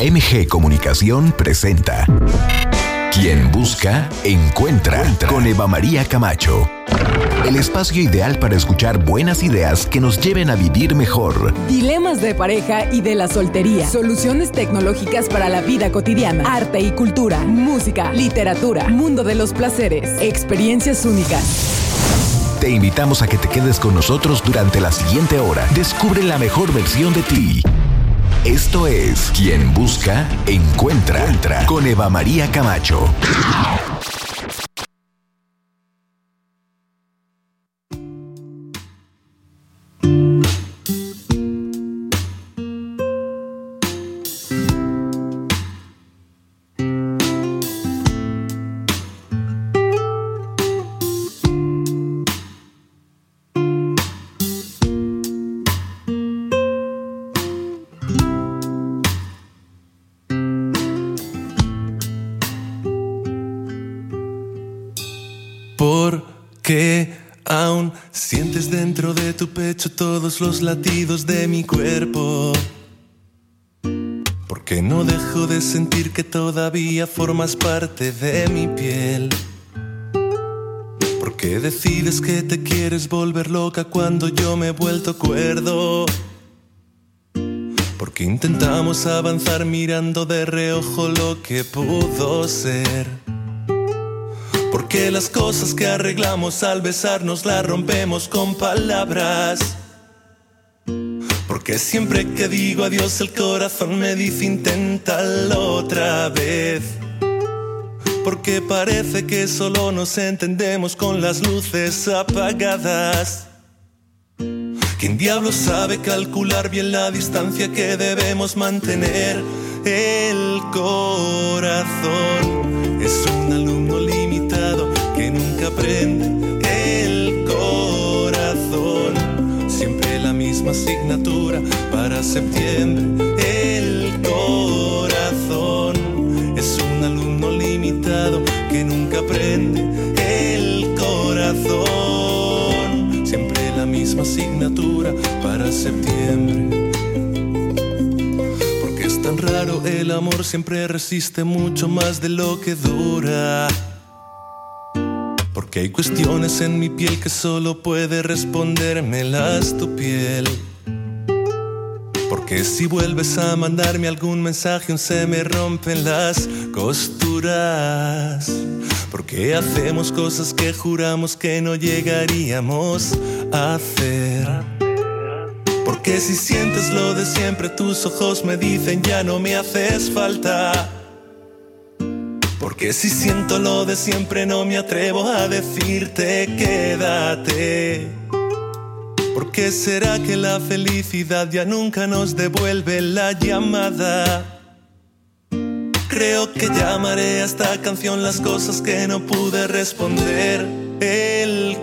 MG Comunicación presenta Quien busca, encuentra con Eva María Camacho. El espacio ideal para escuchar buenas ideas que nos lleven a vivir mejor. Dilemas de pareja y de la soltería. Soluciones tecnológicas para la vida cotidiana. Arte y cultura. Música, literatura. Mundo de los placeres. Experiencias únicas. Te invitamos a que te quedes con nosotros durante la siguiente hora. Descubre la mejor versión de ti. Esto es Quien busca, encuentra con Eva María Camacho. Porque aún sientes dentro de tu pecho todos los latidos de mi cuerpo. Porque no dejo de sentir que todavía formas parte de mi piel. Porque decides que te quieres volver loca cuando yo me he vuelto cuerdo. Porque intentamos avanzar mirando de reojo lo que pudo ser. Porque las cosas que arreglamos al besarnos las rompemos con palabras. Porque siempre que digo adiós el corazón me dice inténtalo otra vez. Porque parece que solo nos entendemos con las luces apagadas. ¿Quién diablos sabe calcular bien la distancia que debemos mantener? El corazón es un alumno limitado que nunca aprende. El corazón, siempre la misma asignatura para septiembre. El corazón es un alumno limitado que nunca aprende. El corazón, siempre la misma asignatura para septiembre. Porque es tan raro, el amor siempre resiste mucho más de lo que dura. Porque hay cuestiones en mi piel que solo puede respondérmelas tu piel. Porque si vuelves a mandarme algún mensaje aún se me rompen las costuras. Porque hacemos cosas que juramos que no llegaríamos a hacer. Porque si sientes lo de siempre tus ojos me dicen ya no me haces falta. Porque si siento lo de siempre no me atrevo a decirte quédate. ¿Por qué será que la felicidad ya nunca nos devuelve la llamada? Creo que llamaré a esta canción las cosas que no pude responder. El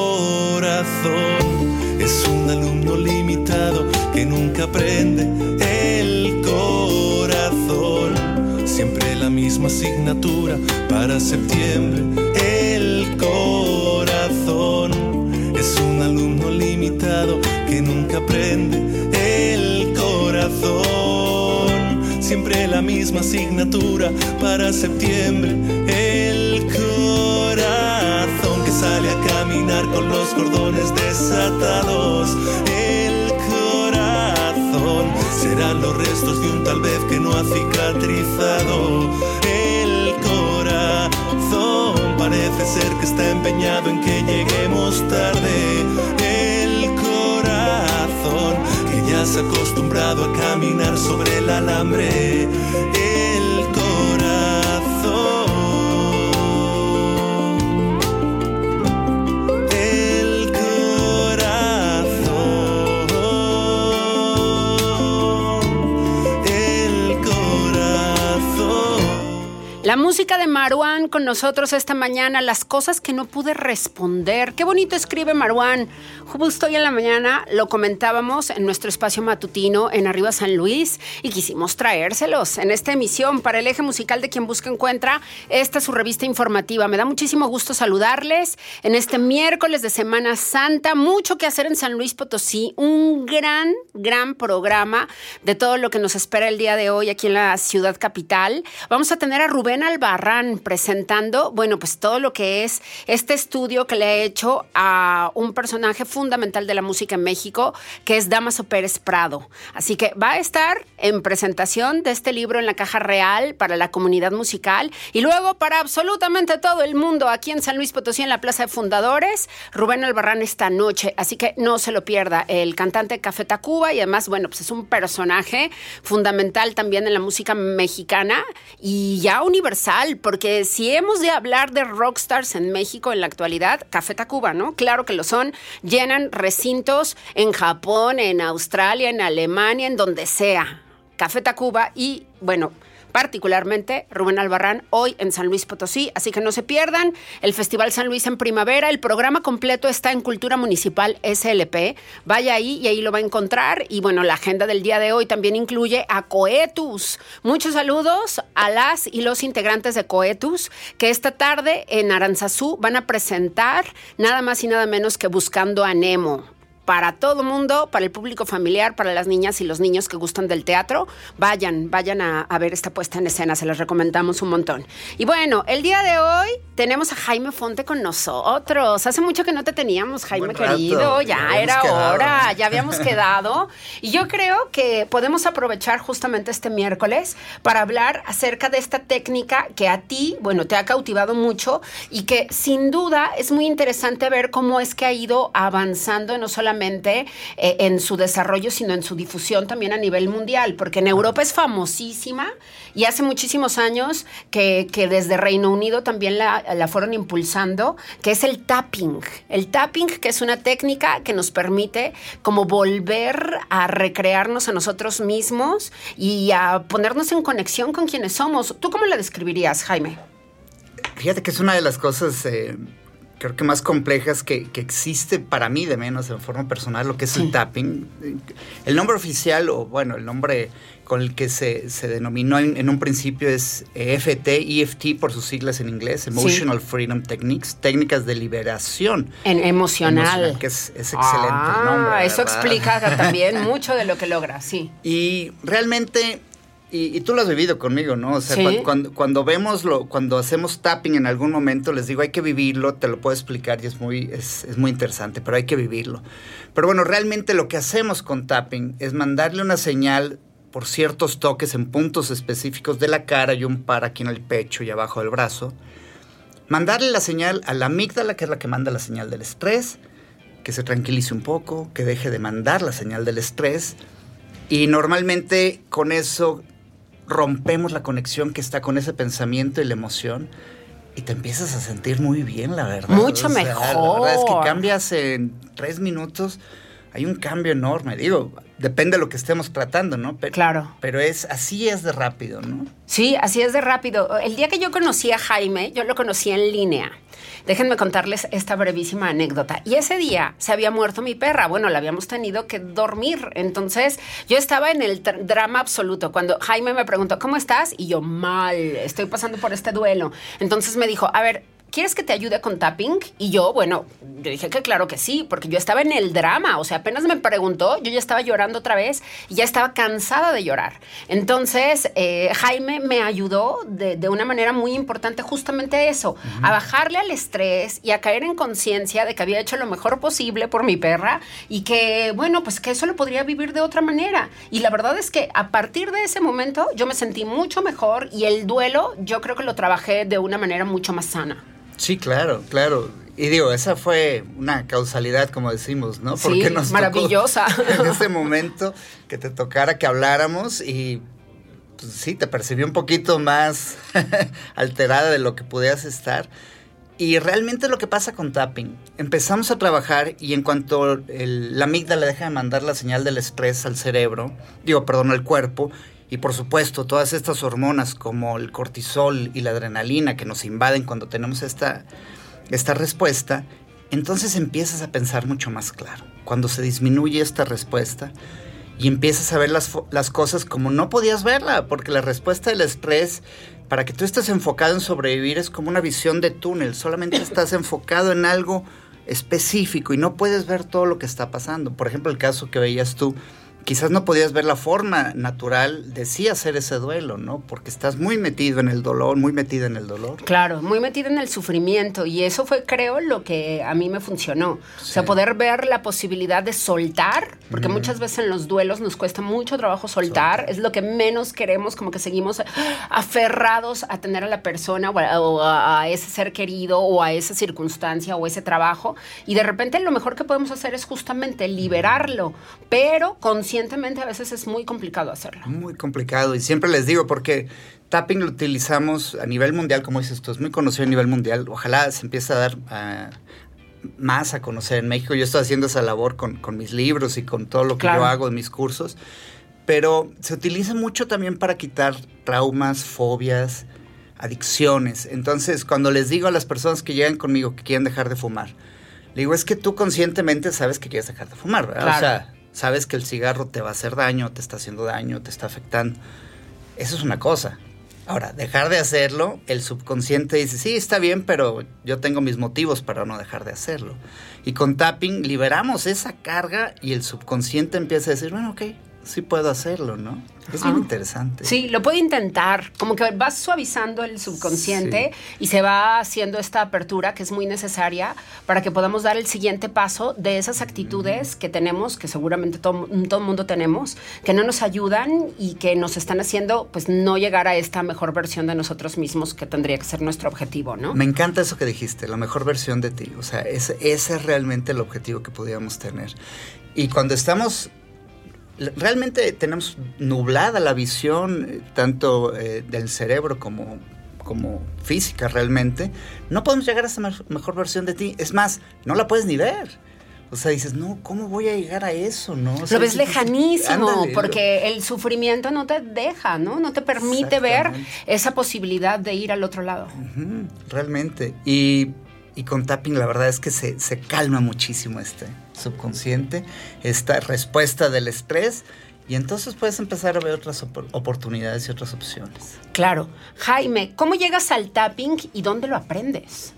corazón es un alumno limitado que nunca aprende. El corazón, siempre la misma asignatura para septiembre. El corazón es un alumno limitado que nunca aprende. El corazón, siempre la misma asignatura para septiembre. El corazón que sale a caminar con los cordones desatados. El corazón serán los restos de un tal vez que no ha cicatrizado. El corazón parece ser que está empeñado en que lleguemos tarde. El corazón que ya se ha acostumbrado a caminar sobre el alambre. El corazón, el corazón, el corazón. La música de Marwan con nosotros esta mañana, las cosas que no pude responder. Qué bonito escribe Marwan. Justo hoy en la mañana lo comentábamos en nuestro espacio matutino en Arriba San Luis y quisimos traérselos en esta emisión para el eje musical de Quien Busca Encuentra. Esta es su revista informativa. Me da muchísimo gusto saludarles en este miércoles de Semana Santa. Mucho que hacer en San Luis Potosí. Un gran programa de todo lo que nos espera el día de hoy aquí en la ciudad capital. Vamos a tener a Rubén Albarrán presentando, bueno, pues todo lo que es este estudio que le ha hecho a un personaje fundamental de la música en México, que es Dámaso Pérez Prado. Así que va a estar en presentación de este libro en la Caja Real para la comunidad musical y luego para absolutamente todo el mundo aquí en San Luis Potosí en la Plaza de Fundadores, Rubén Albarrán esta noche. Así que no se lo pierda. El cantante Café Tacuba y además, bueno, pues es un personaje fundamental también en la música mexicana y ya universal, porque si hemos de hablar de rockstars en México en la actualidad, Café Tacuba, ¿no? Claro que lo son, llenan recintos en Japón, en Australia, en Alemania, en donde sea. Café Tacuba y, bueno, particularmente Rubén Albarrán hoy en San Luis Potosí, así que no se pierdan el Festival San Luis en primavera. El programa completo está en Cultura Municipal SLP, vaya ahí y ahí lo va a encontrar. Y bueno, la agenda del día de hoy también incluye a Coetus. Muchos saludos a las y los integrantes de Coetus, que esta tarde en Aranzazú van a presentar nada más y nada menos que Buscando a Nemo. Para todo mundo, para el público familiar, para las niñas y los niños que gustan del teatro, vayan a ver esta puesta en escena, se las recomendamos un montón. Y bueno, el día de hoy tenemos a Jaime Fonte con nosotros. Hace mucho que no te teníamos, Jaime querido, ya era hora, ya habíamos quedado. Y yo creo que podemos aprovechar justamente este miércoles para hablar acerca de esta técnica que a ti, bueno, te ha cautivado mucho y que sin duda es muy interesante ver cómo es que ha ido avanzando, no solamente en su desarrollo, sino en su difusión también a nivel mundial, porque en Europa es famosísima y hace muchísimos años que desde Reino Unido también la fueron impulsando, que es el tapping. El tapping, que es una técnica que nos permite como volver a recrearnos a nosotros mismos y a ponernos en conexión con quienes somos. ¿Tú cómo la describirías, Jaime? Fíjate que es una de las cosas creo que más complejas que existe para mí, de menos en forma personal, lo que es el tapping. El nombre oficial, o bueno, el nombre con el que se denominó en un principio es EFT por sus siglas en inglés, Emotional Freedom Techniques, técnicas de liberación emocional, que es excelente el nombre. Eso explica también mucho de lo que logra, sí. Y realmente... Y tú lo has vivido conmigo, ¿no? O sea, ¿sí? cuando hacemos tapping en algún momento, les digo, hay que vivirlo, te lo puedo explicar y es muy interesante, pero hay que vivirlo. Pero bueno, realmente lo que hacemos con tapping es mandarle una señal por ciertos toques en puntos específicos de la cara y un par aquí en el pecho y abajo del brazo. Mandarle la señal a la amígdala, que es la que manda la señal del estrés, que se tranquilice un poco, que deje de mandar la señal del estrés. Y normalmente con eso rompemos la conexión que está con ese pensamiento y la emoción y te empiezas a sentir muy bien, la verdad. Mucho mejor. La verdad es que cambias en 3 minutos, hay un cambio enorme. Digo, depende de lo que estemos tratando, ¿no? Claro. Pero así es de rápido, ¿no? Sí, así es de rápido. El día que yo conocí a Jaime, yo lo conocí en línea. Déjenme contarles esta brevísima anécdota. Y ese día se había muerto mi perra. Bueno, la habíamos tenido que dormir. Entonces, yo estaba en el drama absoluto. Cuando Jaime me preguntó, ¿cómo estás? Y yo, mal, estoy pasando por este duelo. Entonces me dijo, a ver, ¿quieres que te ayude con tapping? Y yo, bueno, yo dije que claro que sí, porque yo estaba en el drama. O sea, apenas me preguntó, yo ya estaba llorando otra vez y ya estaba cansada de llorar. Entonces, Jaime me ayudó de una manera muy importante justamente a eso, a bajarle al estrés y a caer en conciencia de que había hecho lo mejor posible por mi perra y que, bueno, pues que eso lo podría vivir de otra manera. Y la verdad es que a partir de ese momento yo me sentí mucho mejor y el duelo yo creo que lo trabajé de una manera mucho más sana. Sí, claro. Y digo, esa fue una causalidad, como decimos, ¿no? Porque sí, nos maravillosa. Tocó en ese momento que te tocara que habláramos y pues, sí, te percibí un poquito más alterada de lo que pudieras estar. Y realmente lo que pasa con tapping, empezamos a trabajar y en cuanto la amígdala deja de mandar la señal del estrés al cerebro, al cuerpo, y por supuesto todas estas hormonas como el cortisol y la adrenalina que nos invaden cuando tenemos esta respuesta, entonces empiezas a pensar mucho más claro. Cuando se disminuye esta respuesta y empiezas a ver las cosas como no podías verla, porque la respuesta del estrés, para que tú estés enfocado en sobrevivir, es como una visión de túnel. Solamente estás enfocado en algo específico y no puedes ver todo lo que está pasando. Por ejemplo, el caso que veías tú, quizás no podías ver la forma natural de sí hacer ese duelo, ¿no? Porque estás muy metido en el dolor, muy metida en el dolor. Claro, muy metida en el sufrimiento. Y eso fue, creo, lo que a mí me funcionó. Sí. O sea, poder ver la posibilidad de soltar, porque muchas veces en los duelos nos cuesta mucho trabajo soltar. Es lo que menos queremos, como que seguimos aferrados a tener a la persona o a ese ser querido o a esa circunstancia o ese trabajo. Y de repente lo mejor que podemos hacer es justamente liberarlo, pero conscientemente a veces es muy complicado hacerlo. Muy complicado, y siempre les digo, porque tapping lo utilizamos a nivel mundial, como dices tú, es muy conocido a nivel mundial. Ojalá se empiece a dar más a conocer en México. Yo estoy haciendo esa labor con mis libros y con todo lo que yo hago en mis cursos, pero se utiliza mucho también para quitar traumas, fobias, adicciones. Entonces, cuando les digo a las personas que llegan conmigo que quieren dejar de fumar, le digo, es que tú conscientemente sabes que quieres dejar de fumar, ¿verdad? Claro. O sea, sabes que el cigarro te va a hacer daño, te está haciendo daño, te está afectando. Eso es una cosa. Ahora, dejar de hacerlo, el subconsciente dice, sí, está bien, pero yo tengo mis motivos para no dejar de hacerlo. Y con tapping liberamos esa carga y el subconsciente empieza a decir, bueno, ok, sí puedo hacerlo, ¿no? Es bien interesante. Sí, lo puedo intentar. Como que vas suavizando el subconsciente y se va haciendo esta apertura que es muy necesaria para que podamos dar el siguiente paso de esas actitudes que tenemos, que seguramente todo el mundo tenemos, que no nos ayudan y que nos están haciendo pues no llegar a esta mejor versión de nosotros mismos, que tendría que ser nuestro objetivo, ¿no? Me encanta eso que dijiste, la mejor versión de ti. O sea, ese es realmente el objetivo que podríamos tener. Y cuando estamos... realmente tenemos nublada la visión, tanto del cerebro como física realmente. No podemos llegar a esa mejor versión de ti. Es más, no la puedes ni ver. O sea, dices, no, ¿cómo voy a llegar a eso? ¿No? O sea, lo ves lejanísimo, porque el sufrimiento no te deja, ¿no? No te permite ver esa posibilidad de ir al otro lado. Realmente. Y con tapping la verdad es que se calma muchísimo este subconsciente, esta respuesta del estrés, y entonces puedes empezar a ver otras oportunidades y otras opciones. Claro. Jaime, ¿cómo llegas al tapping y dónde lo aprendes?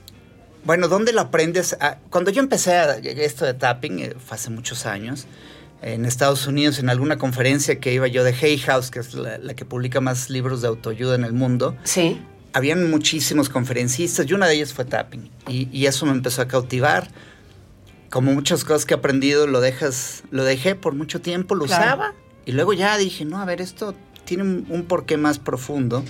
Bueno, ¿dónde lo aprendes? Cuando yo empecé esto de tapping, fue hace muchos años, en Estados Unidos, en alguna conferencia que iba yo de Hay House, que es la que publica más libros de autoayuda en el mundo. Sí. Habían muchísimos conferencistas y una de ellas fue tapping. Y eso me empezó a cautivar. Como muchas cosas que he aprendido, lo dejé por mucho tiempo, lo usaba. Y luego ya dije, no, a ver, esto tiene un porqué más profundo.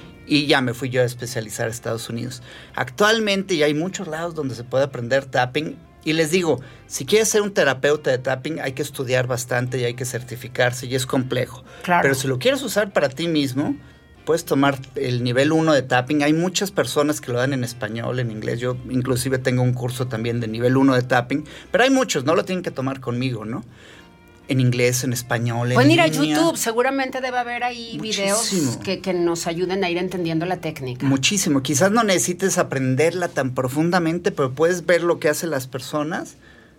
Y ya me fui yo a especializar a Estados Unidos. Actualmente ya hay muchos lados donde se puede aprender tapping. Y les digo, si quieres ser un terapeuta de tapping, hay que estudiar bastante y hay que certificarse y es complejo. Claro. Pero si lo quieres usar para ti mismo, puedes tomar el nivel 1 de tapping. Hay muchas personas que lo dan en español, en inglés. Yo inclusive tengo un curso también de nivel 1 de tapping. Pero hay muchos, no lo tienen que tomar conmigo, ¿no? En inglés, en español, pueden ir a línea. YouTube, seguramente debe haber ahí videos que nos ayuden a ir entendiendo la técnica. Muchísimo. Quizás no necesites aprenderla tan profundamente, pero puedes ver lo que hacen las personas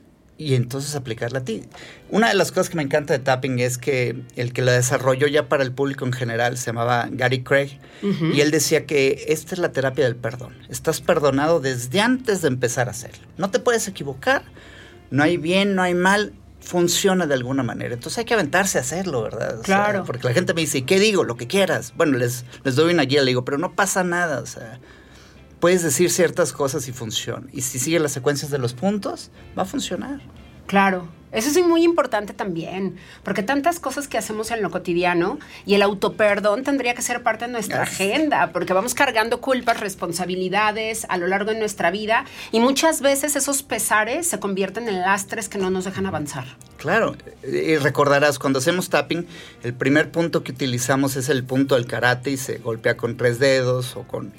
y entonces aplicarla a ti. Una de las cosas que me encanta de tapping es que el que la desarrolló ya para el público en general se llamaba Gary Craig, y él decía que esta es la terapia del perdón. Estás perdonado desde antes de empezar a hacerlo. No te puedes equivocar, no hay bien, no hay mal, funciona de alguna manera. Entonces hay que aventarse a hacerlo, ¿verdad? Claro. O sea, porque la gente me dice, ¿qué digo? Lo que quieras. Bueno, les doy una guía, le digo, pero no pasa nada, o sea, puedes decir ciertas cosas y funciona. Y si sigues las secuencias de los puntos, va a funcionar. Claro. Eso es muy importante también, porque tantas cosas que hacemos en lo cotidiano y el autoperdón tendría que ser parte de nuestra agenda, porque vamos cargando culpas, responsabilidades a lo largo de nuestra vida y muchas veces esos pesares se convierten en lastres que no nos dejan avanzar. Claro, y recordarás, cuando hacemos tapping, el primer punto que utilizamos es el punto del karate y se golpea con 3 dedos o con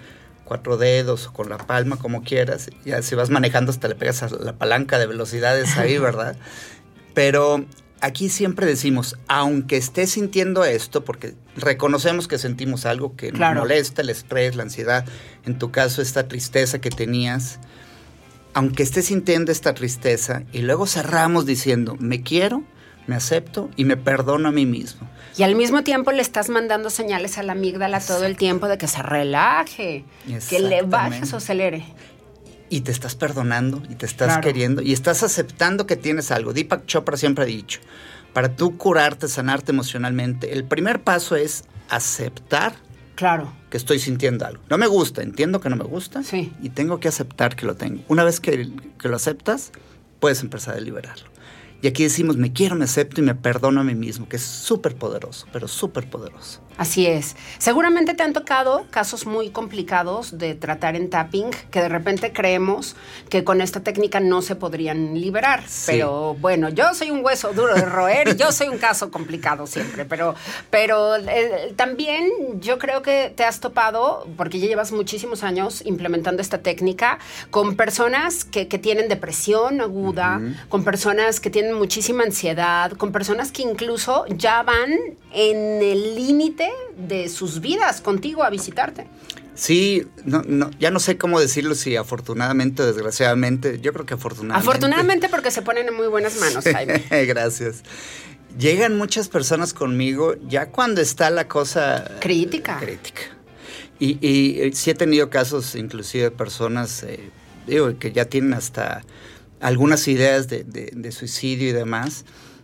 4 dedos o con la palma, como quieras. Ya si vas manejando hasta le pegas a la palanca de velocidades ahí, ¿verdad? Pero aquí siempre decimos, aunque estés sintiendo esto, porque reconocemos que sentimos algo que nos molesta, el estrés, la ansiedad, en tu caso esta tristeza que tenías, aunque estés sintiendo esta tristeza, y luego cerramos diciendo, me quiero, me acepto y me perdono a mí mismo. Y al mismo tiempo le estás mandando señales a la amígdala todo el tiempo de que se relaje, que le baje o acelere. Y te estás perdonando y te estás queriendo y estás aceptando que tienes algo. Deepak Chopra siempre ha dicho, para tú curarte, sanarte emocionalmente, el primer paso es aceptar que estoy sintiendo algo. No me gusta, entiendo que no me gusta y tengo que aceptar que lo tengo. Una vez que lo aceptas, puedes empezar a liberarlo. Y aquí decimos, me quiero, me acepto y me perdono a mí mismo, que es súper poderoso, pero súper poderoso. Así es. Seguramente te han tocado casos muy complicados de tratar en tapping, que de repente creemos que con esta técnica no se podrían liberar. Sí. Pero bueno, yo soy un hueso duro de roer y yo soy un caso complicado siempre. Pero también yo creo que te has topado, porque ya llevas muchísimos años implementando esta técnica, con personas que tienen depresión aguda, con personas que tienen muchísima ansiedad, con personas que incluso ya van en el límite de sus vidas contigo a visitarte. Sí, ya no sé cómo decirlo, si afortunadamente o desgraciadamente. Yo creo que afortunadamente. Afortunadamente, porque se ponen en muy buenas manos, Jaime. Gracias. Llegan muchas personas conmigo ya cuando está la cosa crítica. Y sí he tenido casos inclusive de personas que ya tienen hasta algunas ideas de suicidio y demás.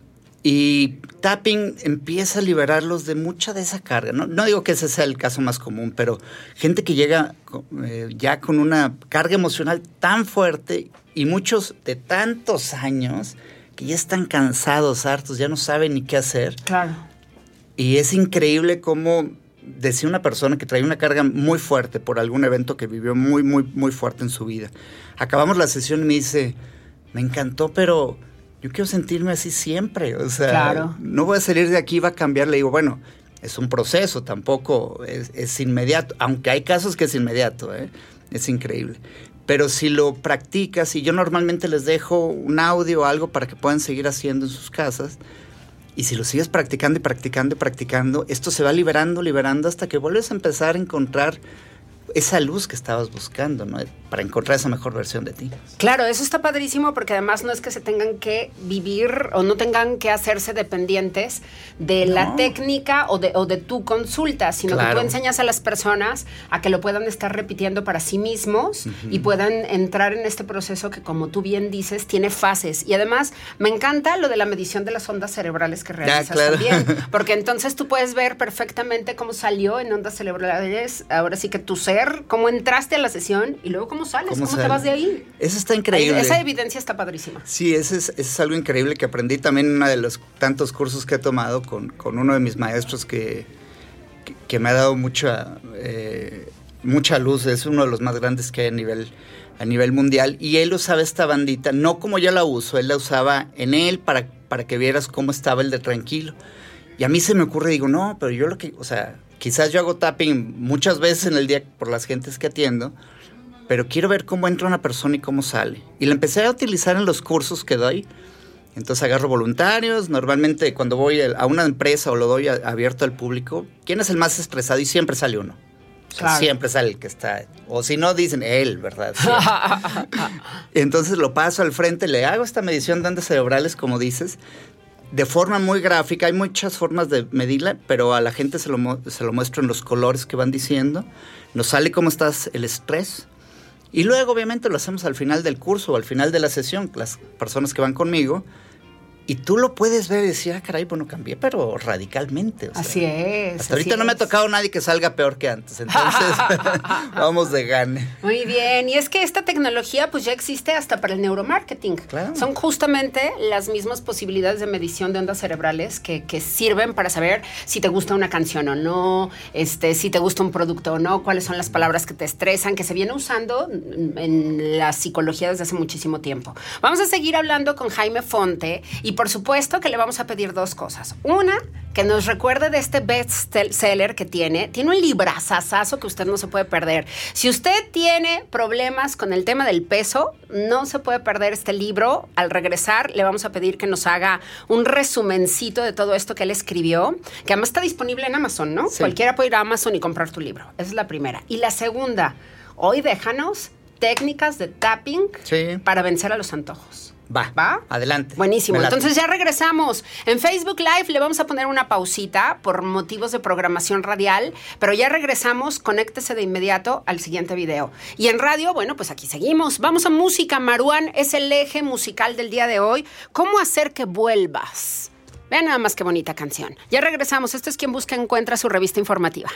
Y tapping empieza a liberarlos de mucha de esa carga. No digo que ese sea el caso más común, pero gente que llega ya con una carga emocional tan fuerte y muchos de tantos años que ya están cansados, hartos, ya no saben ni qué hacer. Claro. Y es increíble cómo, decía una persona que traía una carga muy fuerte por algún evento que vivió muy, muy, muy fuerte en su vida. Acabamos la sesión y me dice, me encantó, pero yo quiero sentirme así siempre, o sea, no voy a salir de aquí, va a cambiar. Le digo, bueno, es un proceso, tampoco es inmediato, aunque hay casos que es inmediato, es increíble. Pero si lo practicas, y yo normalmente les dejo un audio o algo para que puedan seguir haciendo en sus casas, y si lo sigues practicando y practicando y practicando, esto se va liberando hasta que vuelves a empezar a encontrar esa luz que estabas buscando, ¿no? Para encontrar esa mejor versión de ti. Claro, eso está padrísimo, porque además no es que se tengan que vivir o no tengan que hacerse dependientes de la técnica o de tu consulta, sino que tú enseñas a las personas a que lo puedan estar repitiendo para sí mismos y puedan entrar en este proceso que, como tú bien dices, tiene fases. Y además me encanta lo de la medición de las ondas cerebrales que realizas también, porque entonces tú puedes ver perfectamente cómo salió en ondas cerebrales, ahora sí que tu ser, cómo entraste a la sesión y luego cómo sales, cómo te vas de ahí. Eso está increíble. Esa evidencia está padrísima. Sí, ese es algo increíble que aprendí también en uno de los tantos cursos que he tomado con uno de mis maestros que me ha dado mucha luz. Es uno de los más grandes que hay a nivel mundial. Y él usaba esta bandita, no como yo la uso, él la usaba en él para que vieras cómo estaba el de tranquilo. Y a mí se me ocurre, digo, no, pero yo quizás yo hago tapping muchas veces en el día por las gentes que atiendo, pero quiero ver cómo entra una persona y cómo sale. Y la empecé a utilizar en los cursos que doy. Entonces agarro voluntarios. Normalmente cuando voy a una empresa o lo doy abierto al público, ¿quién es el más estresado? Y siempre sale uno. Claro. Siempre sale el que está. O si no, dicen él, ¿verdad? Entonces lo paso al frente, le hago esta medición de ondas cerebrales, como dices, de forma muy gráfica. Hay muchas formas de medirla, pero a la gente se lo muestro en los colores que van diciendo. Nos sale cómo está el estrés. Y luego, obviamente, lo hacemos al final del curso o al final de la sesión, las personas que van conmigo. Y tú lo puedes ver y decir, caray, bueno, cambié, pero radicalmente. O sea, así es. Hasta ahorita no me ha tocado nadie que salga peor que antes. Entonces, vamos de gane. Muy bien. Y es que esta tecnología pues ya existe hasta para el neuromarketing. Claro. Son justamente las mismas posibilidades de medición de ondas cerebrales que sirven para saber si te gusta una canción o no, si te gusta un producto o no, cuáles son las palabras que te estresan, que se viene usando en la psicología desde hace muchísimo tiempo. Vamos a seguir hablando con Jaime Fonte y por supuesto que le vamos a pedir 2 cosas. Una, que nos recuerde de este bestseller que tiene. Tiene un librazazazo que usted no se puede perder. Si usted tiene problemas con el tema del peso, no se puede perder este libro. Al regresar, le vamos a pedir que nos haga un resumencito de todo esto que él escribió, que además está disponible en Amazon, ¿no? Sí. Cualquiera puede ir a Amazon y comprar tu libro. Esa es la primera. Y la segunda, hoy déjanos técnicas de tapping para vencer a los antojos. Va, adelante. Buenísimo, entonces ya regresamos. En Facebook Live le vamos a poner una pausita por motivos de programación radial, pero ya regresamos, conéctese de inmediato al siguiente video. Y en radio, bueno, pues aquí seguimos. Vamos a música. Maruán es el eje musical del día de hoy. ¿Cómo hacer que vuelvas? Vean nada más qué bonita canción. Ya regresamos. Esto es Quien Busca Encuentra, su revista informativa.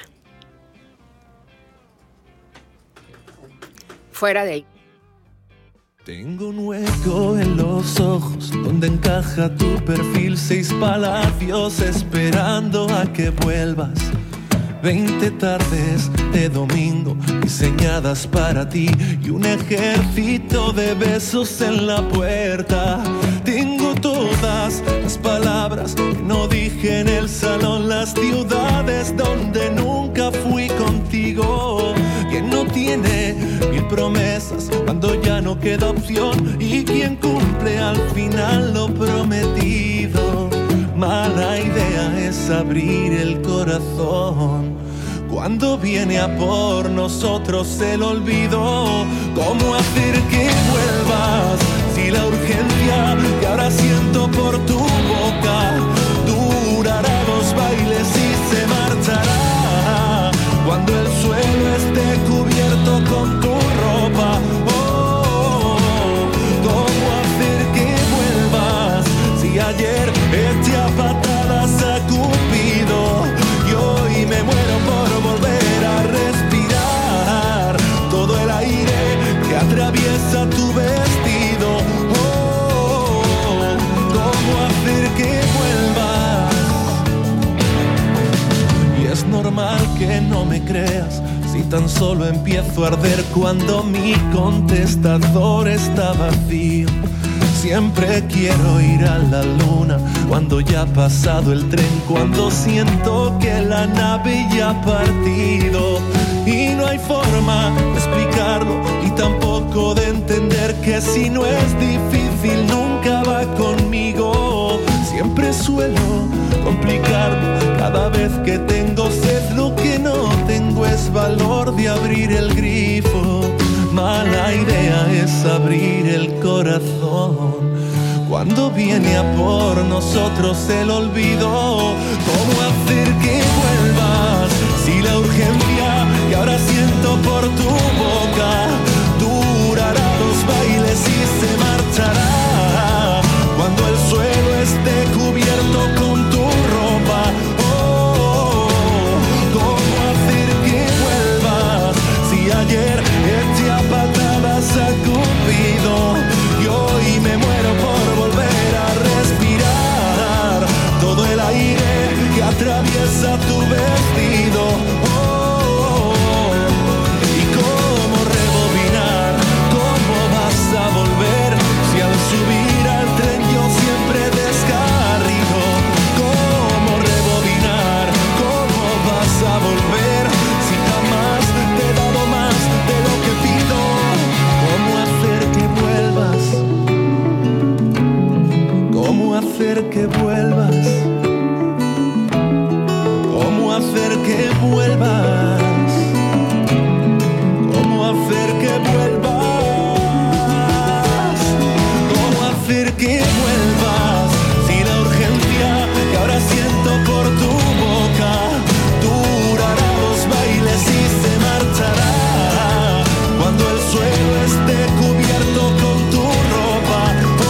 Fuera de ahí. Tengo un hueco en los ojos donde encaja tu perfil, 6 palacios esperando a que vuelvas. 20 tardes de domingo diseñadas para ti y un ejército de besos en la puerta. Tengo todas las palabras que no dije en el salón, las ciudades donde nunca fui contigo. Quien no tiene 1000 promesas cuando ya no queda opción y quien cumple al final lo prometido. Mala idea es abrir el corazón cuando viene a por nosotros el olvido. ¿Cómo hacer que vuelvas si la urgencia que ahora siento por tu boca durará 2 bailes y se marchará cuando el suelo esté cubierto con tu ropa? ¿Cómo hacer que vuelvas si ayer eché a patadas a Cupido y hoy me muero por volver a respirar todo el aire que atraviesa tu vestido? ¿Cómo hacer que vuelvas? Y es normal que no me creas si tan solo empiezo a arder cuando mi contestador está vacío. Siempre quiero ir a la luna cuando ya ha pasado el tren, cuando siento que la nave ya ha partido. Y no hay forma de explicarlo y tampoco de entender que si no es difícil nunca va conmigo. Siempre suelo complicarlo cada vez que tengo sed. Lo que no tengo es valor de abrir el grifo. Mala idea es abrir el corazón cuando viene a por nosotros el olvido. ¿Cómo hacer que vuelvas si la urgencia que ahora siento por tu boca durará 2 bailes y se marchará cuando el suelo esté cubierto con tu ropa? ¿Cómo hacer que vuelvas si ayer eché a patadas a Cupido y hoy me muero por volver a respirar todo el aire que atraviesa tu vestido? ¿Y cómo rebobinar? ¿Cómo vas a volver si al subir al tren yo siempre descarrido? ¿Cómo rebobinar? ¿Cómo vas a volver si jamás te he dado más de lo que pido? ¿Cómo hacer que vuelvas? ¿Cómo hacer que vuelvas? ¿Cómo hacer que vuelvas? ¿Cómo hacer que vuelvas? Si la urgencia que ahora siento por tu boca durará 2 bailes y se marchará cuando el suelo esté cubierto con tu ropa.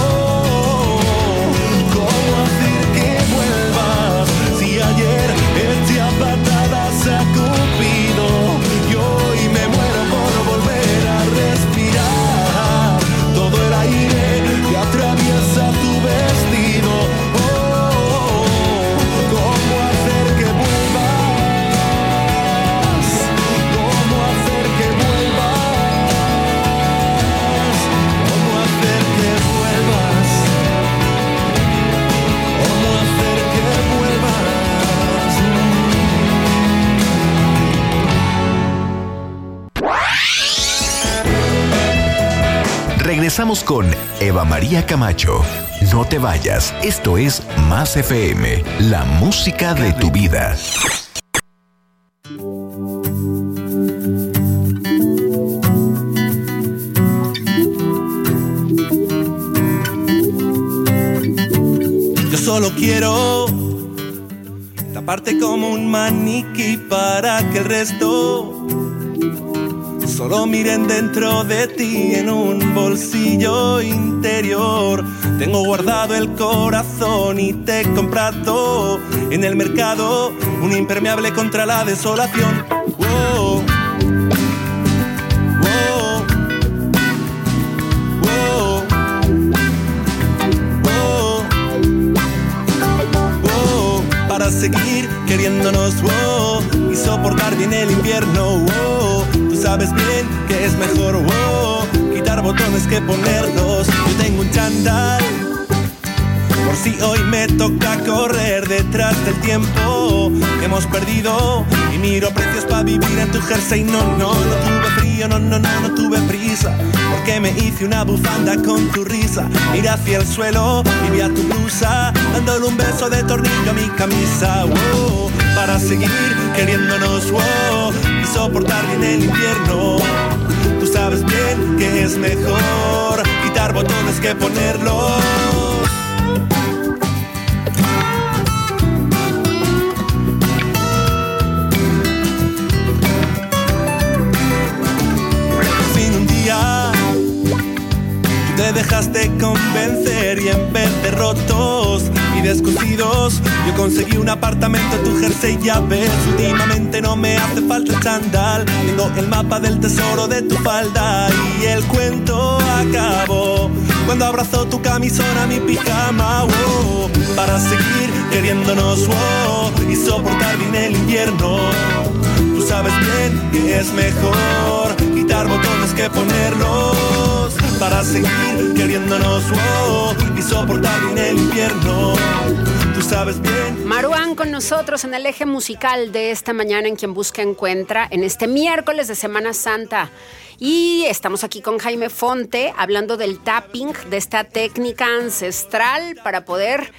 ¿Cómo hacer que vuelvas si ayer eché a patadas a Cuba? Regresamos con Eva María Camacho. No te vayas, esto es Más FM, la música de tu vida. Yo solo quiero taparte como un maniquí para que el resto solo miren dentro de ti en un bolsillo interior. Tengo guardado el corazón y te he comprado en el mercado un impermeable contra la desolación. Wow. Wow. Wow. Wow. Wow. Para seguir queriéndonos, wow, y soportar bien el invierno, wow. Sabes bien que es mejor, wow, quitar botones que ponerlos. Yo tengo un chándal por si hoy me toca correr detrás del tiempo que hemos perdido. Y miro precios para vivir en tu jersey. No tuve frío, no tuve prisa, porque me hice una bufanda con tu risa. Miré hacia el suelo y vi a tu blusa dándole un beso de tornillo a mi camisa, wow. Para seguir queriéndonos, wow, y soportar bien el invierno. Tú sabes bien que es mejor quitar botones que ponerlos. Por fin un día tú te dejaste convencer y en vez de rotos y descosidos, yo conseguí un apartamento en tu jersey. Ya ves, últimamente no me hace falta el chándal. Tengo el mapa del tesoro de tu falda. Y el cuento acabó cuando abrazó tu camisón a mi pijama, wow. Para seguir queriéndonos, wow, y soportar bien el invierno. Tú sabes bien que es mejor quitar botones que ponerlos. Para seguir queriéndonos, wow, y soportar bien el invierno. Tú sabes bien. Maruán con nosotros en el eje musical de esta mañana en Quien Busca Encuentra, en este miércoles de Semana Santa. Y estamos aquí con Jaime Fonte hablando del tapping, de esta técnica ancestral para poder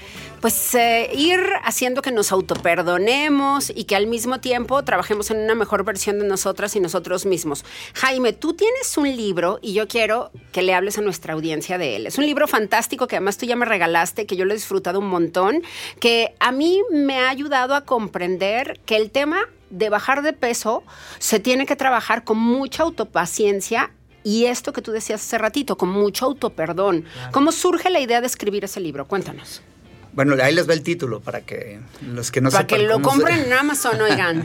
ir haciendo que nos autoperdonemos y que al mismo tiempo trabajemos en una mejor versión de nosotras y nosotros mismos. Jaime, tú tienes un libro y yo quiero que le hables a nuestra audiencia de él. Es un libro fantástico que además tú ya me regalaste, que yo lo he disfrutado un montón, que a mí me ha ayudado a comprender que el tema de bajar de peso se tiene que trabajar con mucha autopaciencia y esto que tú decías hace ratito, con mucho autoperdón. Claro. ¿Cómo surge la idea de escribir ese libro? Cuéntanos. Bueno, ahí les va el título para que los que no sepan. Para que lo compren en Amazon, oigan.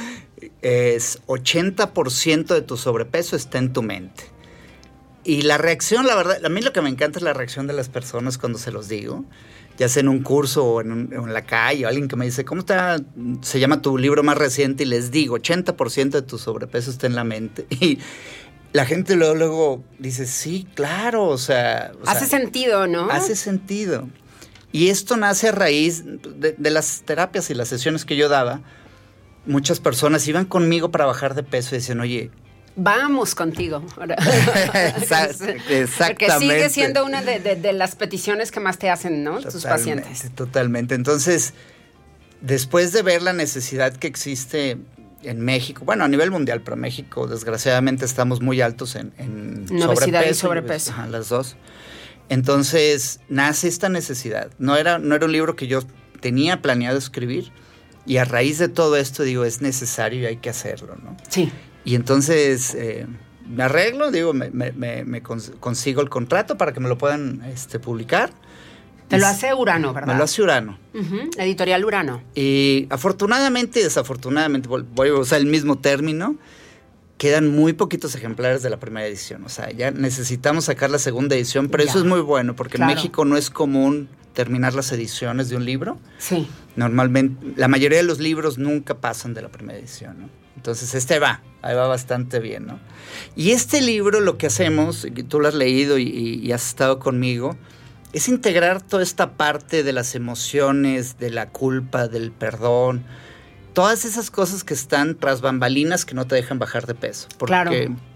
Es 80% de tu sobrepeso está en tu mente. Y la reacción, la verdad, a mí lo que me encanta es la reacción de las personas cuando se los digo. Ya sea en un curso o en la calle, o alguien que me dice, ¿cómo se llama tu libro más reciente? Y les digo, 80% de tu sobrepeso está en la mente. Y la gente luego dice, sí, claro, o sea... Hace sentido, ¿no? Hace sentido. Y esto nace a raíz de las terapias y las sesiones que yo daba. Muchas personas iban conmigo para bajar de peso y decían, oye... Vamos contigo. Exactamente. Porque sigue siendo una de las peticiones que más te hacen, ¿no? Tus pacientes. Totalmente. Entonces, después de ver la necesidad que existe en México, bueno, a nivel mundial, pero en México, desgraciadamente, estamos muy altos en obesidad y sobrepeso. Ajá, las dos. Entonces, nace esta necesidad. No era un libro que yo tenía planeado escribir, y a raíz de todo esto, digo, es necesario y hay que hacerlo, ¿no? Sí. Y entonces me arreglo, digo, me consigo el contrato para que me lo puedan publicar. Te lo hace Urano, ¿verdad? Me lo hace Urano. Uh-huh. Editorial Urano. Y afortunadamente y desafortunadamente, voy a usar el mismo término, quedan muy poquitos ejemplares de la primera edición. O sea, ya necesitamos sacar la segunda edición, pero eso es muy bueno, porque en México no es común terminar las ediciones de un libro. Sí. Normalmente, la mayoría de los libros nunca pasan de la primera edición, ¿no? Entonces, ahí va bastante bien, ¿no? Y este libro, lo que hacemos, tú lo has leído y has estado conmigo, es integrar toda esta parte de las emociones, de la culpa, del perdón, todas esas cosas que están tras bambalinas que no te dejan bajar de peso. Porque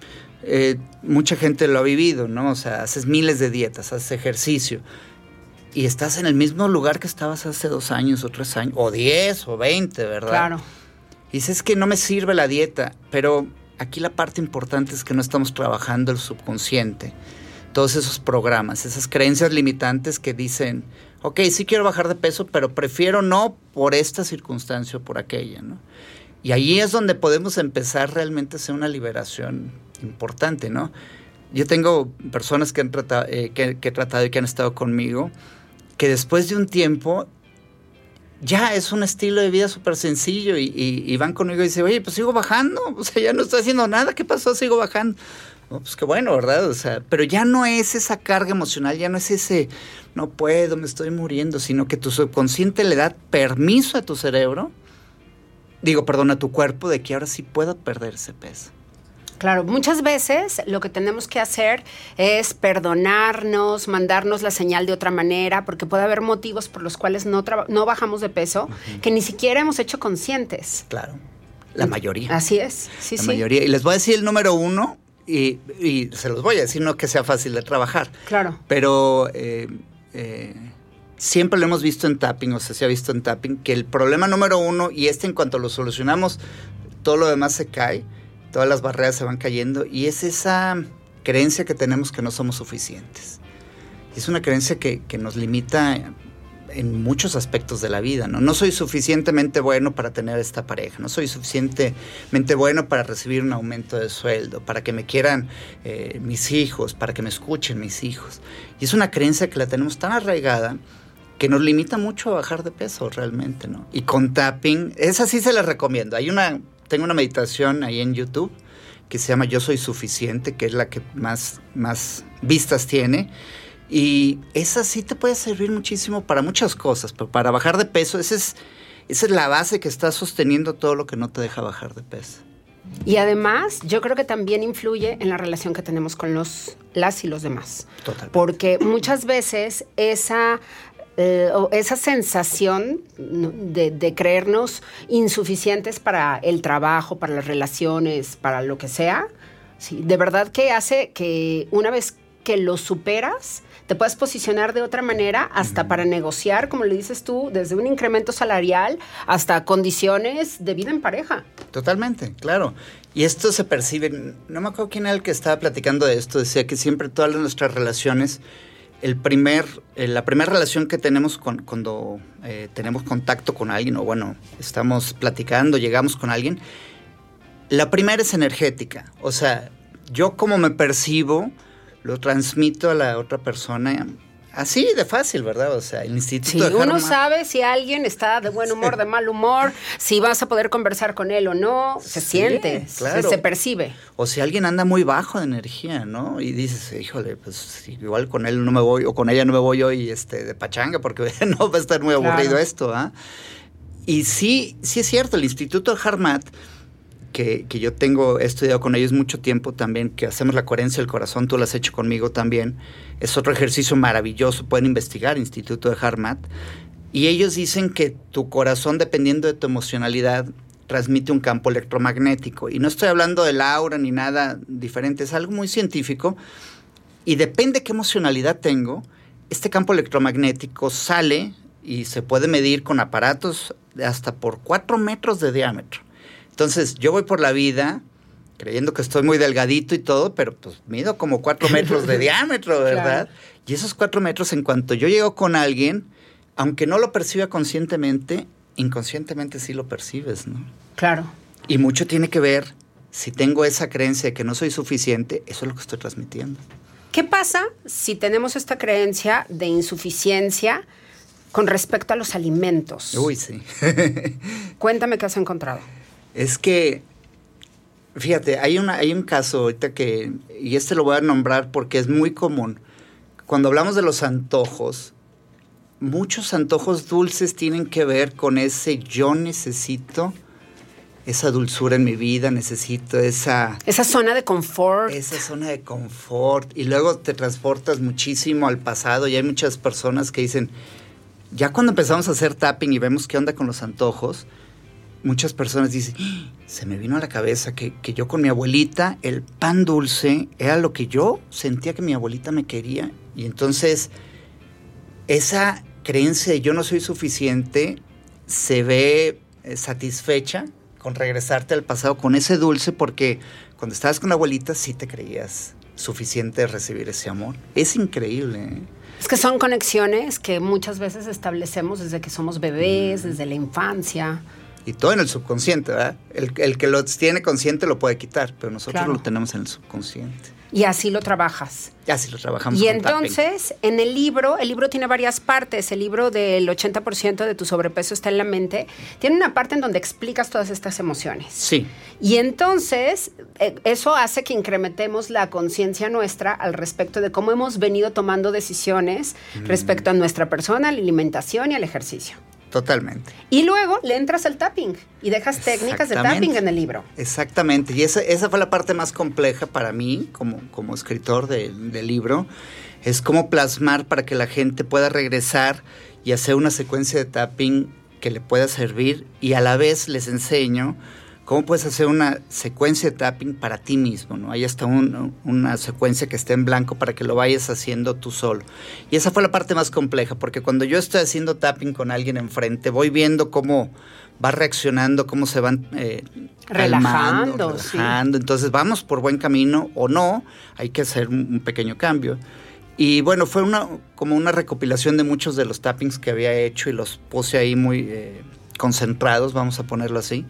mucha gente lo ha vivido, ¿no? O sea, haces miles de dietas, haces ejercicio y estás en el mismo lugar que estabas hace 2 años o 3 años, o 10 o 20, ¿verdad? Claro. Y dices que no me sirve la dieta, pero aquí la parte importante es que no estamos trabajando el subconsciente. Todos esos programas, esas creencias limitantes que dicen, ok, sí quiero bajar de peso, pero prefiero no por esta circunstancia o por aquella, ¿no? Y ahí es donde podemos empezar realmente a hacer una liberación importante, ¿no? Yo tengo personas que he tratado y que han estado conmigo, que después de un tiempo ya es un estilo de vida súper sencillo y van conmigo y dicen, oye, pues sigo bajando, o sea, ya no estoy haciendo nada, ¿qué pasó? Sigo bajando. No, pues qué bueno, ¿verdad? O sea, pero ya no es esa carga emocional, ya no es ese, no puedo, me estoy muriendo, sino que tu subconsciente le da permiso a tu cerebro, a tu cuerpo, de que ahora sí pueda perder ese peso. Claro, muchas veces lo que tenemos que hacer es perdonarnos, mandarnos la señal de otra manera, porque puede haber motivos por los cuales no bajamos de peso, que ni siquiera hemos hecho conscientes. Claro, la mayoría. Así es, sí. La mayoría. Y les voy a decir el número 1, y se los voy a decir, no que sea fácil de trabajar. Claro. Pero siempre lo hemos visto en tapping, o sea, se ha visto en tapping, que el problema número 1, y en cuanto lo solucionamos, todo lo demás se cae, todas las barreras se van cayendo, y es esa creencia que tenemos que no somos suficientes. Es una creencia que nos limita en muchos aspectos de la vida, ¿no? No soy suficientemente bueno para tener esta pareja, no soy suficientemente bueno para recibir un aumento de sueldo, para que me quieran mis hijos, para que me escuchen mis hijos. Y es una creencia que la tenemos tan arraigada que nos limita mucho a bajar de peso realmente, ¿no? Y con tapping, esa sí se la recomiendo. Tengo una meditación ahí en YouTube que se llama Yo Soy Suficiente, que es la que más vistas tiene. Y esa sí te puede servir muchísimo para muchas cosas, pero para bajar de peso, esa es la base que está sosteniendo todo lo que no te deja bajar de peso. Y además, yo creo que también influye en la relación que tenemos con las y los demás. Totalmente. Porque muchas veces esa sensación de creernos insuficientes para el trabajo, para las relaciones, para lo que sea, sí, de verdad que hace que una vez que lo superas, te puedes posicionar de otra manera hasta para negociar, como le dices tú, desde un incremento salarial hasta condiciones de vida en pareja. Totalmente, claro. Y esto se percibe, no me acuerdo quién era el que estaba platicando de esto, decía que siempre todas nuestras relaciones, la primera relación que tenemos cuando tenemos contacto con alguien, o bueno, estamos platicando, llegamos con alguien, la primera es energética. O sea, yo como me percibo, lo transmito a la otra persona así de fácil, ¿verdad? O sea, el Instituto de uno sabe si alguien está de buen humor, de mal humor, si vas a poder conversar con él o no, se siente, claro. se percive. O si alguien anda muy bajo de energía, ¿no? Y dices, híjole, pues igual con él no me voy, o con ella no me voy hoy de pachanga, porque no va a estar muy aburrido esto, ¿ah? Y sí es cierto, el Instituto de HeartMath, que yo he estudiado con ellos mucho tiempo también, que hacemos la coherencia del corazón, tú lo has hecho conmigo también, es otro ejercicio maravilloso, pueden investigar, Instituto de HeartMath, y ellos dicen que tu corazón, dependiendo de tu emocionalidad, transmite un campo electromagnético, y no estoy hablando del aura ni nada diferente, es algo muy científico, y depende qué emocionalidad tengo, este campo electromagnético sale y se puede medir con aparatos hasta por 4 metros de diámetro. Entonces, yo voy por la vida creyendo que estoy muy delgadito y todo, pero pues mido como 4 metros de diámetro, ¿verdad? Claro. Y esos 4 metros, en cuanto yo llego con alguien, aunque no lo perciba conscientemente, inconscientemente sí lo percibes, ¿no? Claro. Y mucho tiene que ver, si tengo esa creencia de que no soy suficiente, eso es lo que estoy transmitiendo. ¿Qué pasa si tenemos esta creencia de insuficiencia con respecto a los alimentos? Uy, sí. Cuéntame qué has encontrado. Es que, fíjate, hay un caso ahorita y lo voy a nombrar porque es muy común. Cuando hablamos de los antojos, muchos antojos dulces tienen que ver con ese yo necesito esa dulzura en mi vida, necesito esa zona de confort. Esa zona de confort. Y luego te transportas muchísimo al pasado y hay muchas personas que dicen, ya cuando empezamos a hacer tapping y vemos qué onda con los antojos, muchas personas dicen, se me vino a la cabeza que yo con mi abuelita, el pan dulce era lo que yo sentía que mi abuelita me quería. Y entonces esa creencia de yo no soy suficiente se ve satisfecha con regresarte al pasado con ese dulce, porque cuando estabas con la abuelita sí te creías suficiente de recibir ese amor. Es increíble, ¿eh? Es que son conexiones que muchas veces establecemos desde que somos bebés, desde la infancia. Y todo en el subconsciente, ¿verdad? El que lo tiene consciente lo puede quitar, pero nosotros lo tenemos en el subconsciente. Y así lo trabajas. Y así lo trabajamos. Y entonces, en el libro tiene varias partes. El libro del 80% de tu sobrepeso está en la mente. Tiene una parte en donde explicas todas estas emociones. Sí. Y entonces, eso hace que incrementemos la conciencia nuestra al respecto de cómo hemos venido tomando decisiones respecto a nuestra persona, a la alimentación y al ejercicio. Totalmente. Y luego le entras al tapping y dejas técnicas de tapping en el libro. Exactamente. Y esa fue la parte más compleja para mí como escritor del libro. Es cómo plasmar para que la gente pueda regresar y hacer una secuencia de tapping que le pueda servir, y a la vez les enseño cómo puedes hacer una secuencia de tapping para ti mismo, ¿no? Hay hasta una secuencia que esté en blanco para que lo vayas haciendo tú solo. Y esa fue la parte más compleja, porque cuando yo estoy haciendo tapping con alguien enfrente, voy viendo cómo va reaccionando, cómo se van relajando. Sí. Entonces, vamos por buen camino o no, hay que hacer un pequeño cambio. Y bueno, fue como una recopilación de muchos de los tappings que había hecho y los puse ahí muy concentrados, vamos a ponerlo así.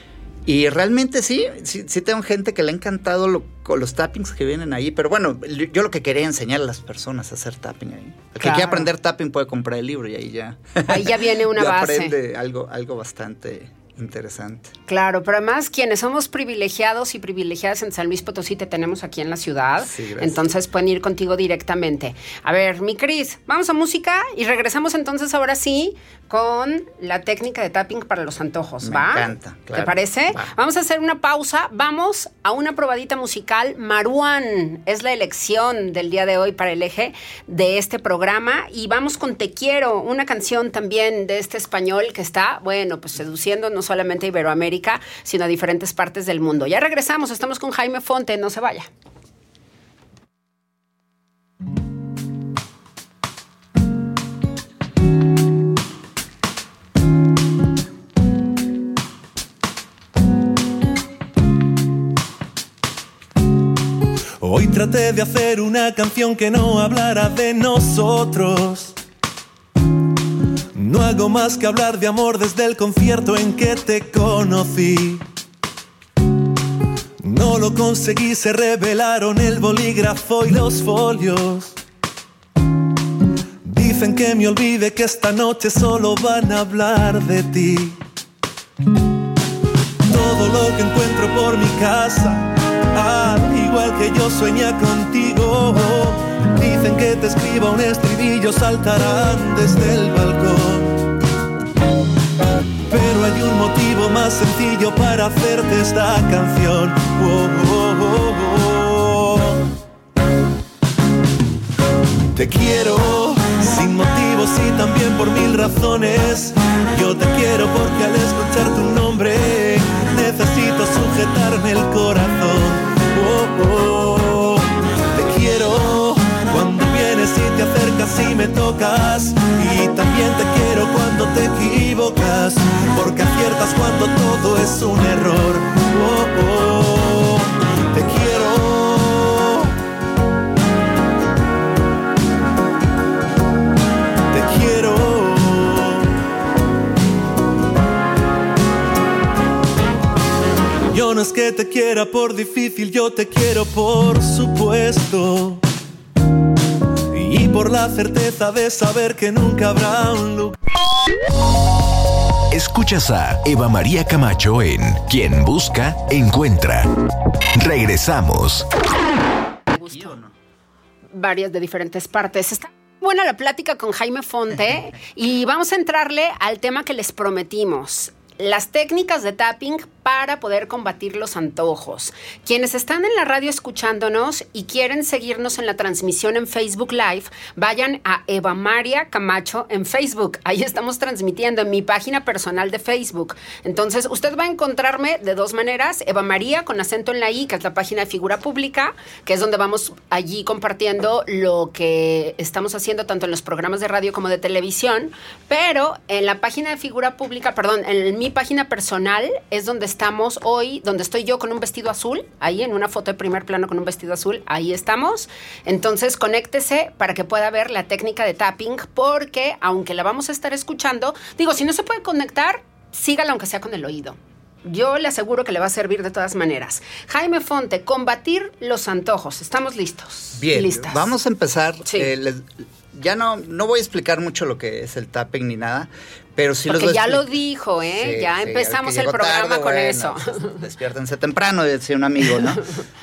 Y realmente sí tengo gente que le ha encantado los tappings que vienen ahí. Pero bueno, yo lo que quería enseñar a las personas a hacer tapping ahí. El que quiera aprender tapping puede comprar el libro y ahí ya... Ahí ya viene una base. Aprende algo bastante interesante. Claro, pero además quienes somos privilegiados y privilegiadas en San Luis Potosí te tenemos aquí en la ciudad. Sí, gracias. Entonces pueden ir contigo directamente. A ver, mi Cris, vamos a música y regresamos entonces ahora sí con la técnica de tapping para los antojos, ¿va? Me encanta, claro. ¿Te parece? Va. Vamos a hacer una pausa, vamos a una probadita musical. Maruán es la elección del día de hoy para el eje de este programa y vamos con Te Quiero, una canción también de este español que está, bueno, pues seduciendo no solamente a Iberoamérica, sino a diferentes partes del mundo. Ya regresamos, estamos con Jaime Fonte, no se vaya. Hoy traté de hacer una canción que no hablara de nosotros. No hago más que hablar de amor desde el concierto en que te conocí. No lo conseguí, se revelaron el bolígrafo y los folios. Dicen que me olvide, que esta noche solo van a hablar de ti. Todo lo que encuentro por mi casa, al igual que yo sueña contigo. Dicen que te escriba un estribillo, saltarán desde el balcón. Pero hay un motivo más sencillo para hacerte esta canción. Te quiero sin motivos y también por mil razones. Yo te quiero porque al escuchar tu nombre necesito sujetarme el corazón. Te quiero cuando vienes y te acercas y me tocas. Y también te quiero cuando te equivocas, porque aciertas cuando todo es un error. Te quiero. Te quiero. Yo no es que te quiera por difícil, yo te quiero por supuesto. Y por la certeza de saber que nunca habrá un lugar. Escuchas a Eva María Camacho en Quien Busca, Encuentra. Regresamos. Varias de diferentes partes. Está buena la plática con Jaime Fonte y vamos a entrarle al tema que les prometimos. Las técnicas de tapping para poder combatir los antojos. Quienes están en la radio escuchándonos y quieren seguirnos en la transmisión en Facebook Live, vayan a Eva María Camacho en Facebook. Ahí estamos transmitiendo en mi página personal de Facebook. Entonces, usted va a encontrarme de dos maneras. Eva María con acento en la I, que es la página de Figura Pública, que es donde vamos allí compartiendo lo que estamos haciendo tanto en los programas de radio como de televisión. Pero en la página de Figura Pública, en mi página personal es donde estamos hoy, donde estoy yo con un vestido azul, ahí en una foto de primer plano con un vestido azul, ahí estamos. Entonces, conéctese para que pueda ver la técnica de tapping, porque aunque la vamos a estar escuchando, digo, si no se puede conectar, sígala aunque sea con el oído. Yo le aseguro que le va a servir de todas maneras. Jaime Fonte, combatir los antojos. ¿Estamos listos? Bien, listas. Vamos a empezar. Sí. Ya no voy a explicar mucho lo que es el tapping ni nada, pero sí porque los voy a ya lo dijo, ¿eh? Sí, ya sí, empezamos el programa tarde, con eso. Pues, despiértense temprano, decía un amigo, ¿no?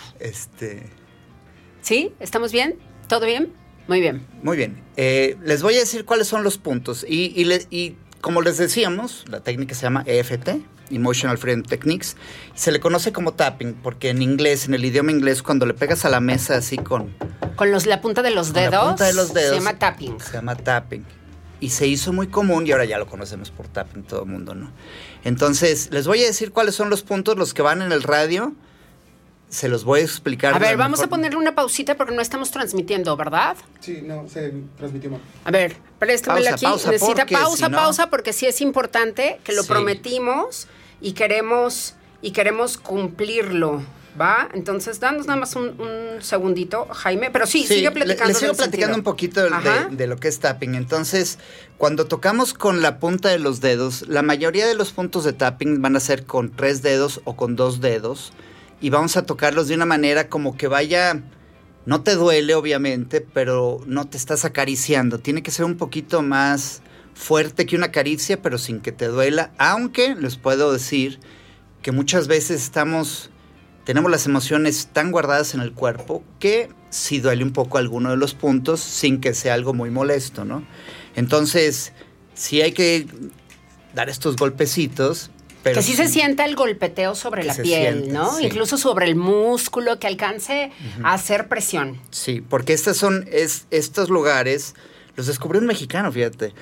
¿Sí? ¿Estamos bien? ¿Todo bien? Muy bien. Muy bien. Les voy a decir cuáles son los puntos. Y como les decíamos, la técnica se llama EFT, Emotional Freedom Techniques. Se le conoce como tapping porque en inglés, en el idioma inglés, cuando le pegas a la mesa así con la punta de los dedos, la punta de los dedos, se llama tapping. Se llama tapping. Y se hizo muy común y ahora ya lo conocemos por tapping todo el mundo, ¿no? Entonces, les voy a decir cuáles son los puntos, los que van en el radio. Se los voy a explicar. A ver, vamos a ponerle una pausita porque no estamos transmitiendo, ¿verdad? Sí, no, se transmitió mal. A ver, préstamela aquí. Pausa, necesita pausa, pausa, porque sí es importante que lo prometimos y queremos cumplirlo, ¿va? Entonces, danos nada más un segundito, Jaime. Pero sí, sigue platicando. Les sigo platicando un poquito de lo que es tapping. Entonces, cuando tocamos con la punta de los dedos, la mayoría de los puntos de tapping van a ser con 3 dedos o con 2 dedos. Y vamos a tocarlos de una manera como que vaya, no te duele obviamente, pero no te estás acariciando. Tiene que ser un poquito más fuerte que una caricia, pero sin que te duela. Aunque les puedo decir que muchas veces tenemos las emociones tan guardadas en el cuerpo que sí duele un poco alguno de los puntos sin que sea algo muy molesto, ¿no? Entonces, sí hay que dar estos golpecitos. Pero que sí se sienta el golpeteo sobre la piel, ¿no? Sí. Incluso sobre el músculo, que alcance a hacer presión. Sí, porque estos lugares, los descubrió un mexicano, fíjate.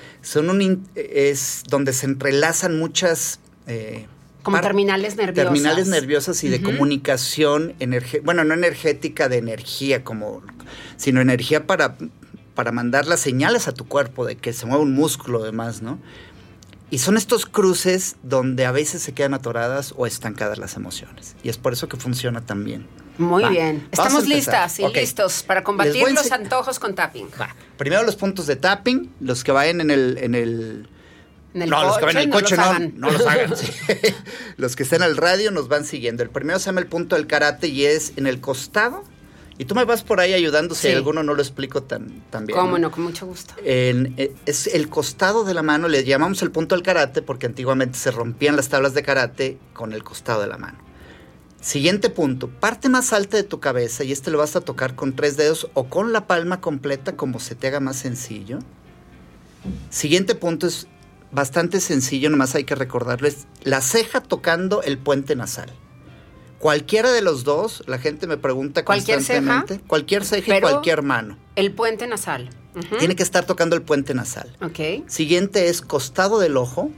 Es donde se entrelazan muchas... como terminales nerviosas. Terminales nerviosas y de comunicación, no energética de energía, sino energía para mandar las señales a tu cuerpo de que se mueve un músculo además, ¿no? Y son estos cruces donde a veces se quedan atoradas o estancadas las emociones. Y es por eso que funciona tan bien. Muy bien. Estamos listas y listos para combatir los antojos con tapping. Primero los puntos de tapping, los que vayan en el los que van en el coche no los hagan. Sí. Los que estén al radio nos van siguiendo. El primero se llama el punto del karate y es en el costado. Y tú me vas por ahí ayudando si alguno no lo explico tan bien. ¿Cómo no? Con mucho gusto. Es el costado de la mano, le llamamos el punto del karate porque antiguamente se rompían las tablas de karate con el costado de la mano. Siguiente punto, parte más alta de tu cabeza y lo vas a tocar con 3 dedos o con la palma completa como se te haga más sencillo. Siguiente punto es bastante sencillo, nomás hay que recordarles la ceja tocando el puente nasal. Cualquiera de los dos, la gente me pregunta constantemente. Cualquier ceja y cualquier mano. El puente nasal. Tiene que estar tocando el puente nasal. Ok. Siguiente es costado del ojo.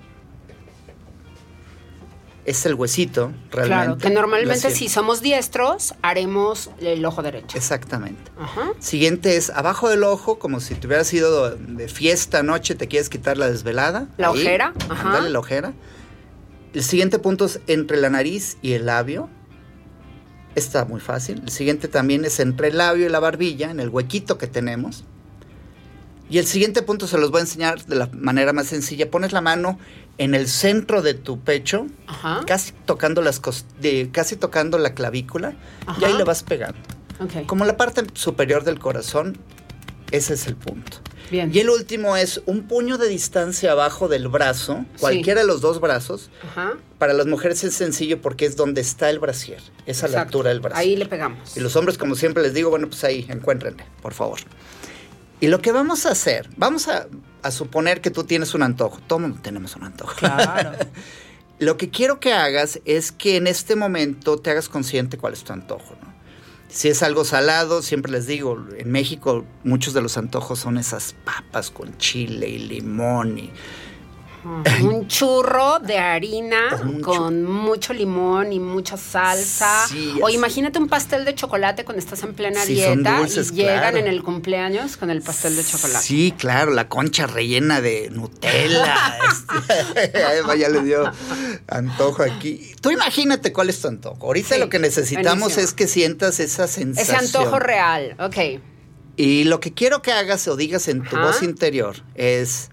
Es el huesito, realmente. Claro, que normalmente si somos diestros, haremos el ojo derecho. Exactamente. Siguiente es abajo del ojo, como si te hubieras ido de fiesta anoche, te quieres quitar la desvelada. La ojera. Dale la ojera. El siguiente punto es entre la nariz y el labio. Está muy fácil. El siguiente también es entre el labio y la barbilla, en el huequito que tenemos. Y el siguiente punto se los voy a enseñar de la manera más sencilla. Pones la mano en el centro de tu pecho, casi tocando la clavícula, y ahí le vas pegando. Como la parte superior del corazón, ese es el punto. Bien. Y el último es un puño de distancia abajo del brazo, cualquiera de los dos brazos. Para las mujeres es sencillo porque es donde está el brasier, es a la altura del brazo. Ahí le pegamos. Y los hombres, como siempre les digo, bueno, pues ahí, encuéntrenle, por favor. Y lo que vamos a hacer, vamos a suponer que tú tienes un antojo. Todos tenemos un antojo. Claro. lo que quiero que hagas es que en este momento te hagas consciente cuál es tu antojo, ¿no? Si es algo salado, siempre les digo, en México muchos de los antojos son esas papas con chile y limón y... Un churro de harina con mucho limón y mucha salsa. Sí, o imagínate un pastel de chocolate cuando estás en plena dieta son dulces, y llegan en el cumpleaños con el pastel de chocolate. Sí, claro, la concha rellena de Nutella. Ya le dio antojo aquí. Tú imagínate cuál es tu antojo. Ahorita lo que necesitamos es que sientas esa sensación. Ese antojo real, ok. Y lo que quiero que hagas o digas en tu voz interior es...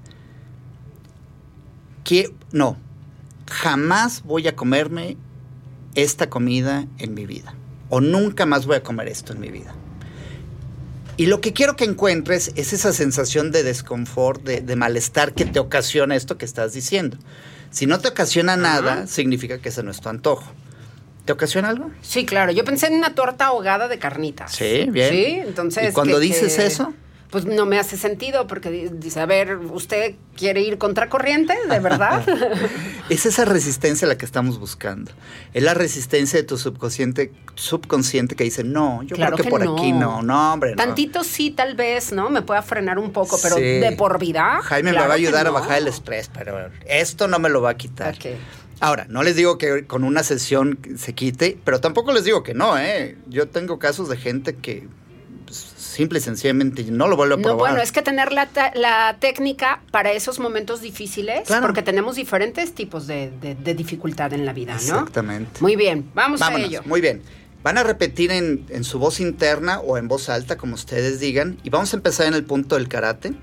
No, jamás voy a comerme esta comida en mi vida. O nunca más voy a comer esto en mi vida. Y lo que quiero que encuentres es esa sensación de desconfort, de malestar que te ocasiona esto que estás diciendo. Si no te ocasiona nada, significa que ese no es tu antojo. ¿Te ocasiona algo? Sí, claro. Yo pensé en una torta ahogada de carnitas. Sí, bien. Sí, entonces... ¿Y cuando dices eso? Pues no me hace sentido porque dice, a ver, ¿usted quiere ir contracorriente? ¿De verdad? Es esa resistencia la que estamos buscando. Es la resistencia de tu subconsciente que dice, no, yo claro creo que por aquí no, hombre, no. Tantito sí, tal vez, ¿no? Me pueda frenar un poco, pero de por vida. Jaime me va a ayudar a bajar el estrés, pero esto no me lo va a quitar. Okay. Ahora, no les digo que con una sesión se quite, pero tampoco les digo que no, ¿eh? Yo tengo casos de gente que... simple y sencillamente no lo vuelvo a probar. No, bueno, es que tener la técnica para esos momentos difíciles, claro. Porque tenemos diferentes tipos de dificultad en la vida, ¿no? Exactamente. Muy bien, vámonos a ello. Muy bien. Van a repetir en su voz interna o en voz alta, como ustedes digan, y vamos a empezar en el punto del karate.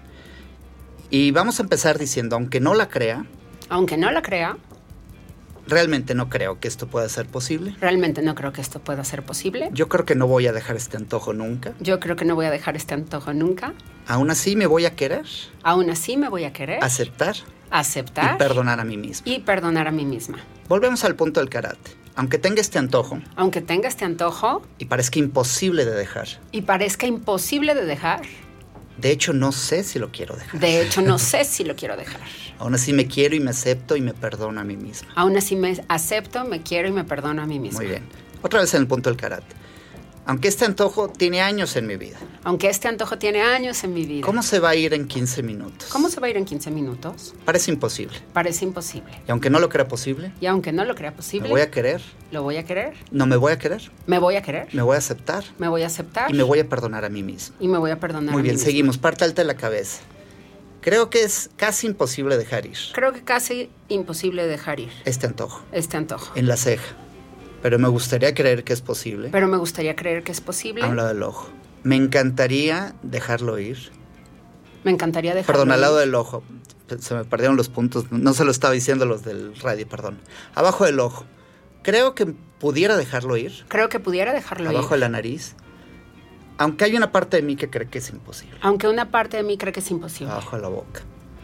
Y vamos a empezar diciendo, aunque no la crea... Aunque no la crea... Realmente no creo que esto pueda ser posible. Realmente no creo que esto pueda ser posible. Yo creo que no voy a dejar este antojo nunca. Yo creo que no voy a dejar este antojo nunca. Aún así me voy a querer. Aún así me voy a querer. Aceptar. Aceptar. Y perdonar a mí misma. Y perdonar a mí misma. Volvemos al punto del karate. Aunque tenga este antojo. Aunque tenga este antojo. Y parezca imposible de dejar. Y parezca imposible de dejar. De hecho, no sé si lo quiero dejar. De hecho, no sé si lo quiero dejar. Aún así me quiero y me acepto y me perdono a mí misma. Aún así me acepto, me quiero y me perdono a mí misma. Muy bien. Otra vez en el punto del karate. Aunque este antojo tiene años en mi vida. Aunque este antojo tiene años en mi vida. ¿Cómo se va a ir en 15 minutos? ¿Cómo se va a ir en 15 minutos? Parece imposible. Parece imposible. Y aunque no lo crea posible. Y aunque no lo crea posible. ¿Me voy a querer? ¿Lo voy a querer? ¿No me voy a querer? ¿Me voy a querer? ¿Me voy a aceptar? ¿Me voy a aceptar? Y me voy a perdonar a mí mismo. Y me voy a perdonar Muy a mí bien, mismo. seguimos. Parte alta de la cabeza. Creo que es casi imposible dejar ir. Creo que casi imposible dejar ir. Este antojo. Este antojo. En la ceja. Pero me gustaría creer que es posible. Pero me gustaría creer que es posible. A un lado del ojo. Me encantaría dejarlo ir. Me encantaría dejarlo Perdón, ir. al lado del ojo. Se me perdieron los puntos. No se lo estaba diciendo los del radio, perdón. Abajo del ojo. Creo que pudiera dejarlo ir. Creo que pudiera dejarlo ir. Abajo de la nariz. Aunque hay una parte de mí que cree que es imposible. Aunque una parte de mí cree que es imposible. Abajo de la boca.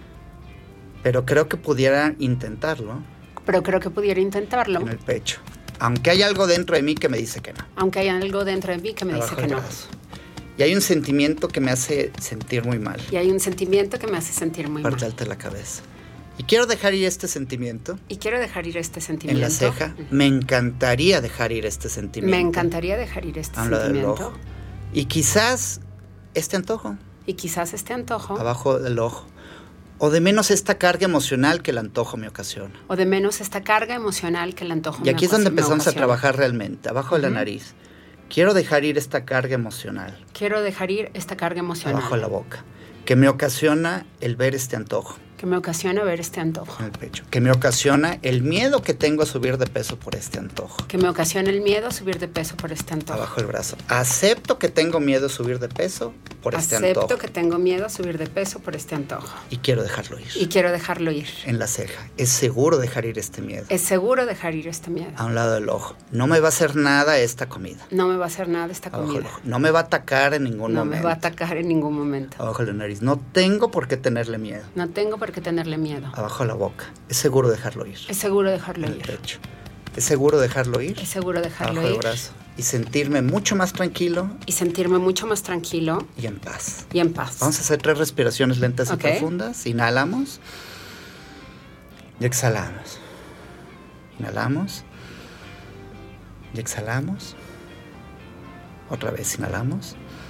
Pero creo que pudiera intentarlo. Pero creo que pudiera intentarlo. En el pecho. Aunque hay algo dentro de mí que me dice que no. Aunque hay algo dentro de mí que me Abajo dice que del no. brazo. Y hay un sentimiento que me hace sentir muy mal. Y hay un sentimiento que me hace sentir muy Parte mal. alta de la cabeza. Y quiero dejar ir este sentimiento. Y quiero dejar ir este sentimiento. En la ceja. Me encantaría dejar ir este sentimiento. Me encantaría dejar ir este A un lado del sentimiento. ojo. Y quizás este antojo. Y quizás este antojo. Abajo del ojo. O de menos esta carga emocional que el antojo me ocasiona. O de menos esta carga emocional que el antojo me Y aquí es donde me empezamos a ocasiona. trabajar realmente. Abajo de la nariz. Quiero dejar ir esta carga emocional. Quiero dejar ir esta carga emocional. Abajo de la boca. Que me ocasiona el ver este antojo. Que me ocasiona ver este antojo. En el pecho. Que me ocasiona el miedo que tengo a subir de peso por este antojo. Que me ocasiona el miedo a subir de peso por este antojo. Abajo del brazo. Acepto que tengo miedo a subir de peso por este antojo. Acepto que tengo miedo a subir de peso por este antojo. Y quiero dejarlo ir. Y quiero dejarlo ir. En la ceja. Es seguro dejar ir este miedo. Es seguro dejar ir este miedo. A un lado del ojo. No me va a hacer nada esta comida. No me va a hacer nada esta Abajo del comida. ojo. No me va a atacar en ningún No momento. me va a atacar en ningún momento. Abajo de la nariz. No tengo por qué tenerle miedo. No tengo por qué tenerle miedo. Abajo de la boca. Es seguro dejarlo ir. Es seguro dejarlo En el ir. pecho. Es seguro dejarlo ir. Es seguro dejarlo Abajo del ir. brazo. Y sentirme mucho más tranquilo Y sentirme mucho más tranquilo y en paz. y en paz. Vamos a hacer 3 respiraciones lentas Ok. y profundas. Inhalamos. Y exhalamos. Inhalamos. Y exhalamos. Otra vez inhalamos.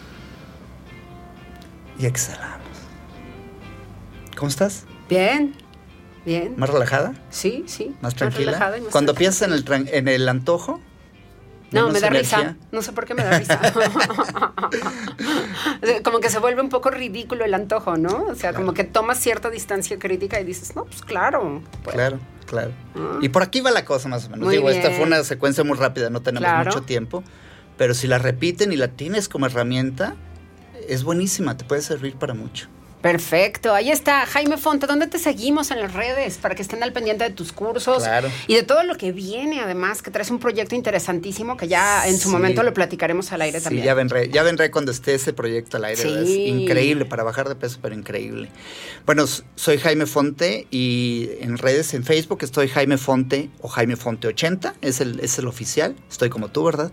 Y exhalamos. ¿Cómo estás? Bien. ¿Más relajada? Sí. ¿Más tranquila? Más relajada y más Cuando tranquila. piensas en el antojo... No, me da energía. risa. No sé por qué me da risa. Como que se vuelve un poco ridículo el antojo, ¿no? O sea, como que tomas cierta distancia crítica y dices, no, pues claro. Pues. Claro. Y por aquí va la cosa más o menos. Muy bien. Esta fue una secuencia muy rápida, no tenemos Claro. mucho tiempo. Pero si la repiten y la tienes como herramienta, es buenísima, te puede servir para mucho. Perfecto, ahí está Jaime Fonte. ¿Dónde te seguimos en las redes? Para que estén al pendiente de tus cursos y de todo lo que viene, además, que traes un proyecto interesantísimo que ya en su momento lo platicaremos al aire también. Ya vendré cuando esté ese proyecto al aire. Sí. Es increíble, para bajar de peso, pero increíble. Bueno, soy Jaime Fonte y en redes, en Facebook estoy Jaime Fonte o Jaime Fonte 80, es el oficial, estoy como tú, ¿verdad?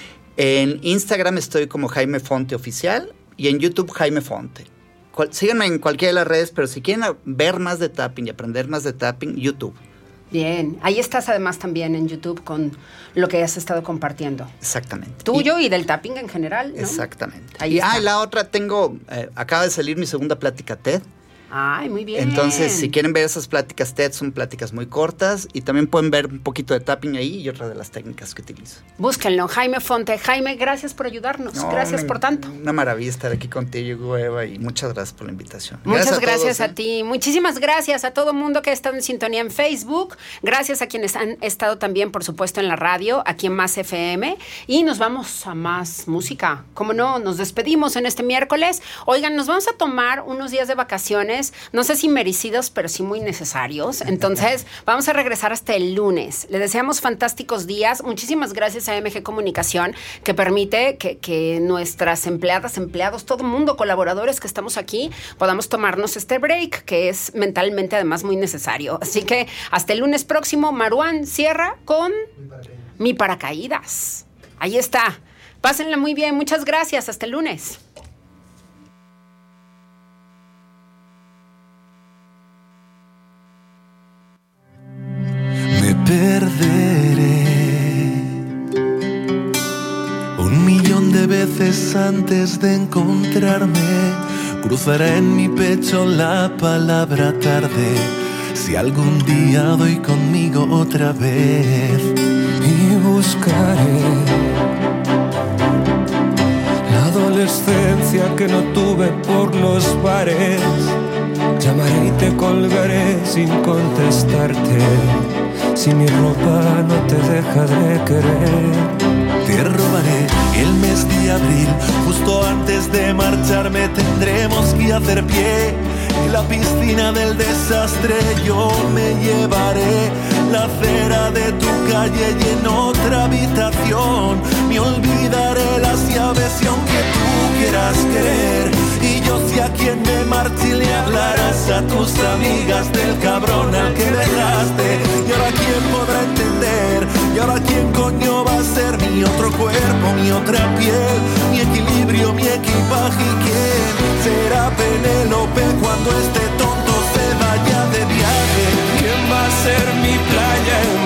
En Instagram estoy como Jaime Fonte Oficial y en YouTube Jaime Fonte. Síganme en cualquiera de las redes, pero si quieren ver más de tapping y aprender más de tapping, YouTube. Bien, ahí estás además también en YouTube con lo que has estado compartiendo. Exactamente. Tuyo y del tapping en general, ¿no? Exactamente. Ahí está. Y la otra acaba de salir mi segunda plática TED. Ay, muy bien. Entonces, si quieren ver esas pláticas TED, son pláticas muy cortas y también pueden ver un poquito de tapping ahí y otra de las técnicas que utilizo. Búsquenlo, Jaime Fonte. Jaime, gracias por ayudarnos. Gracias por tanto. Una maravilla estar aquí contigo, Eva, y muchas gracias por la invitación. Muchas gracias todos, a ti. Muchísimas gracias a todo mundo que ha estado en sintonía en Facebook. Gracias a quienes han estado también, por supuesto, en la radio, aquí en Más FM. Y nos vamos a más música. Como no, nos despedimos en este miércoles. Oigan, nos vamos a tomar unos días de vacaciones. No sé si merecidos, pero sí muy necesarios. Entonces, vamos a regresar hasta el lunes. Les deseamos fantásticos días. Muchísimas gracias a MG Comunicación, que permite que nuestras empleadas, empleados, todo mundo, colaboradores que estamos aquí, podamos tomarnos este break, que es mentalmente además muy necesario. Así que hasta el lunes próximo, Maruán cierra con Mi Paracaídas. Ahí está. Pásenla muy bien. Muchas gracias. Hasta el lunes. Perderé 1.000.000 de veces antes de encontrarme. Cruzará en mi pecho la palabra tarde, si algún día doy conmigo otra vez. Y buscaré la adolescencia que no tuve por los bares. Llamaré y te colgaré sin contestarte, si mi ropa no te deja de querer. Te robaré el mes de abril, justo antes de marcharme tendremos que hacer pie. En la piscina del desastre yo me llevaré la acera de tu calle y en otra habitación me olvidaré las llaves y aunque tú quieras querer y yo sé a quién me marche y le hablarás a tus amigas del cabrón al que dejaste. Y ahora quién podrá entender, y ahora quién coño va a ser mi otro cuerpo, mi otra piel, mi equilibrio, mi equipaje. Y quién será Penélope cuando este tonto se vaya de viaje. ¿Quién va a ser mi playa?